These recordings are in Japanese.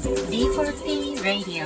D4P Radio。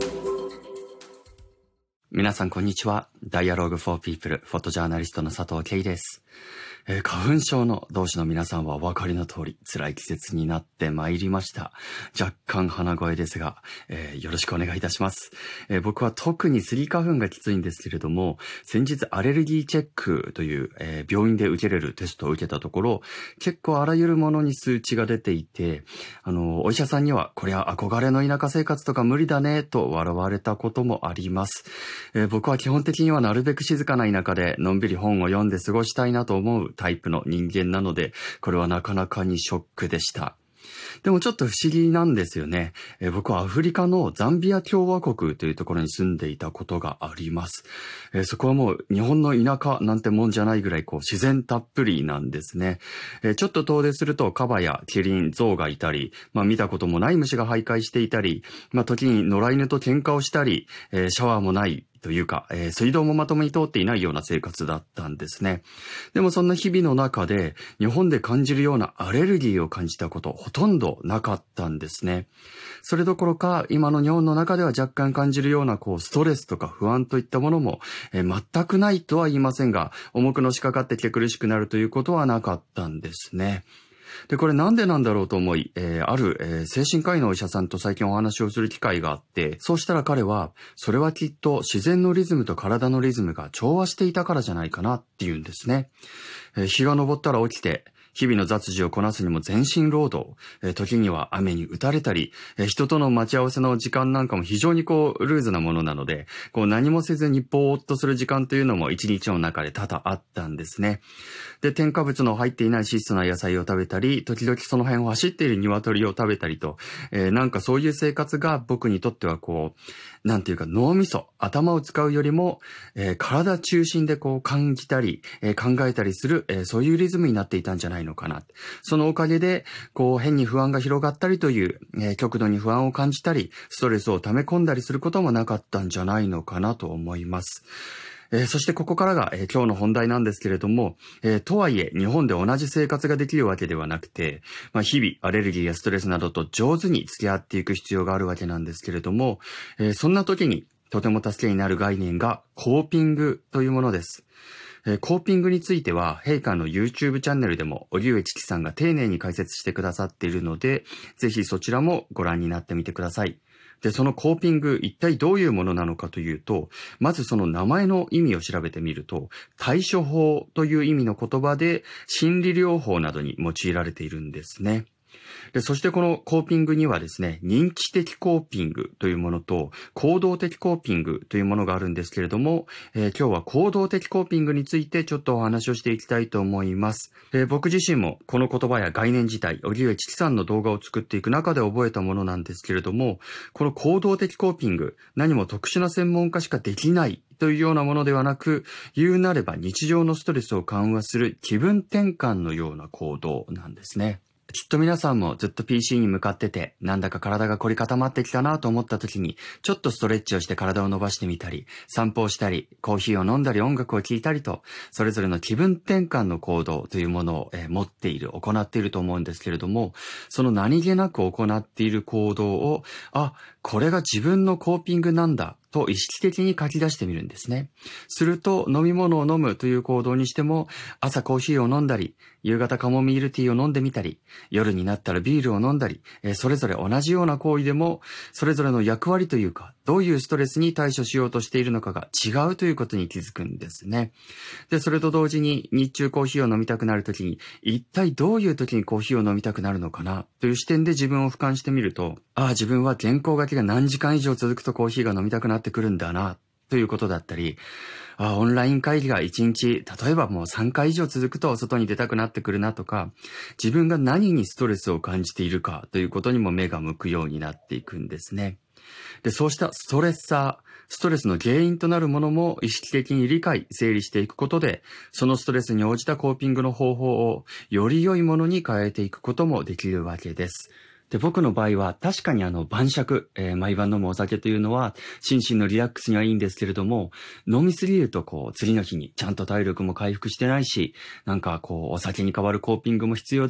皆さんこんにちは。Dialogue for People フォトジャーナリストの佐藤圭です。花粉症の同志の皆さんはお分かりの通り辛い季節になってまいりました。若干鼻声ですが、よろしくお願いいたします。僕は特にスギ花粉がきついんですけれども、先日アレルギーチェックという、病院で受けれるテストを受けたところ、結構あらゆるものに数値が出ていて、お医者さんにはこれは憧れの田舎生活とか無理だねと笑われたこともあります。僕は基本的にはなるべく静かな田舎でのんびり本を読んで過ごしたいなと思うタイプの人間なので、これはなかなかにショックでした。でもちょっと不思議なんですよね。僕はアフリカのザンビア共和国というところに住んでいたことがあります。そこはもう日本の田舎なんてもんじゃないぐらい自然たっぷりなんですね。ちょっと遠出するとカバやキリン、ゾウがいたり、見たこともない虫が徘徊していたり、時に野良犬と喧嘩をしたり、シャワーもないというか、水道もまともに通っていないような生活だったんですね。でもそんな日々の中で日本で感じるようなアレルギーを感じたことほとんどなかったんですね。それどころか今の日本の中では若干感じるようなストレスとか不安といったものも、全くないとは言いませんが、重くのしかかってきて苦しくなるということはなかったんですね。で、これなんでなんだろうと思い、ある、精神科医のお医者さんと最近お話をする機会があって、そうしたら彼は、それはきっと自然のリズムと体のリズムが調和していたからじゃないかなっていうんですね。日が昇ったら起きて、日々の雑事をこなすにも全身労働、時には雨に打たれたり、人との待ち合わせの時間なんかも非常にルーズなものなので、何もせずにぼーっとする時間というのも一日の中で多々あったんですね。で、添加物の入っていない質素な野菜を食べたり、時々その辺を走っている鶏を食べたりと、なんかそういう生活が僕にとってはなんていうか脳みそ、頭を使うよりも、体中心で感じたり、考えたりする、そういうリズムになっていたんじゃないのかな。そのおかげで、変に不安が広がったりという、極度に不安を感じたり、ストレスを溜め込んだりすることもなかったんじゃないのかなと思います。そしてここからが、今日の本題なんですけれども、とはいえ日本で同じ生活ができるわけではなくて、日々アレルギーやストレスなどと上手に付き合っていく必要があるわけなんですけれども、そんな時にとても助けになる概念がコーピングというものです。コーピングについては陛下の YouTube チャンネルでも荻上チキさんが丁寧に解説してくださっているので、ぜひそちらもご覧になってみてください。で、そのコーピング、一体どういうものなのかというと、まずその名前の意味を調べてみると、対処法という意味の言葉で心理療法などに用いられているんですね。で、そしてこのコーピングにはですね、認知的コーピングというものと行動的コーピングというものがあるんですけれども、今日は行動的コーピングについてちょっとお話をしていきたいと思います。僕自身もこの言葉や概念自体、荻上チキさんの動画を作っていく中で覚えたものなんですけれども、この行動的コーピング、何も特殊な専門家しかできないというようなものではなく、言うなれば日常のストレスを緩和する気分転換のような行動なんですね。きっと皆さんもずっと PC に向かってて、なんだか体が凝り固まってきたなと思った時に、ちょっとストレッチをして体を伸ばしてみたり、散歩をしたり、コーヒーを飲んだり音楽を聴いたりと、それぞれの気分転換の行動というものを持っている、行っていると思うんですけれども、その何気なく行っている行動を、これが自分のコーピングなんだと意識的に書き出してみるんですね。すると飲み物を飲むという行動にしても、朝コーヒーを飲んだり、夕方カモミールティーを飲んでみたり、夜になったらビールを飲んだり、それぞれ同じような行為でも、それぞれの役割というか、どういうストレスに対処しようとしているのかが違うということに気づくんですね。で、それと同時に日中コーヒーを飲みたくなるときに、一体どういうときにコーヒーを飲みたくなるのかなという視点で自分を俯瞰してみると、自分は原稿書きが何時間以上続くとコーヒーが飲みたくなってくるんだな、ということだったり、オンライン会議が1日、例えばもう3回以上続くと外に出たくなってくるなとか、自分が何にストレスを感じているかということにも目が向くようになっていくんですね。で、そうしたストレスの原因となるものも意識的に理解、整理していくことで、そのストレスに応じたコーピングの方法をより良いものに変えていくこともできるわけです。で、僕の場合は確かに晩酌、毎晩飲むお酒というのは心身のリラックスにはいいんですけれども、飲みすぎると次の日にちゃんと体力も回復してないし、お酒に代わるコーピングも必要だな。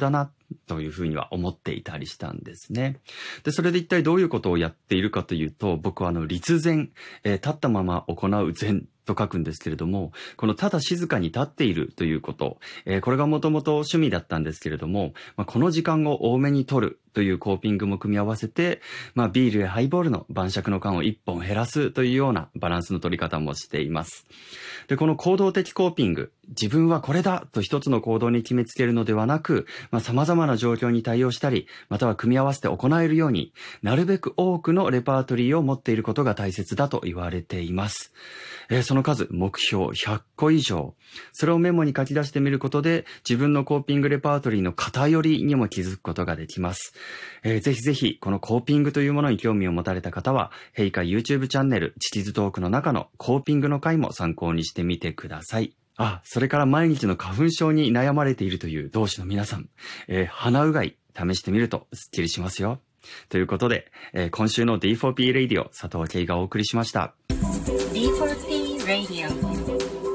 というふうには思っていたりしたんですね。で、それで一体どういうことをやっているかというと、僕は立禅、立ったまま行う禅と書くんですけれども、このただ静かに立っているということ、これがもともと趣味だったんですけれども、この時間を多めに取るというコーピングも組み合わせて、ビールやハイボールの晩酌の缶を1本減らすというようなバランスの取り方もしています。で、この行動的コーピング、自分はこれだと一つの行動に決めつけるのではなく、様々な状況に対応したり、または組み合わせて行えるように、なるべく多くのレパートリーを持っていることが大切だと言われています。その数、目標100個以上。それをメモに書き出してみることで、自分のコーピングレパートリーの偏りにも気づくことができます。ぜひぜひ、このコーピングというものに興味を持たれた方は、陛下 YouTube チャンネル、チキズトークの中のコーピングの回も参考にしてみてください。それから毎日の花粉症に悩まれているという同志の皆さん、鼻うがい試してみるとスッキリしますよ。ということで、今週の D4P レイディオ、佐藤圭がお送りしました。 D4P Radio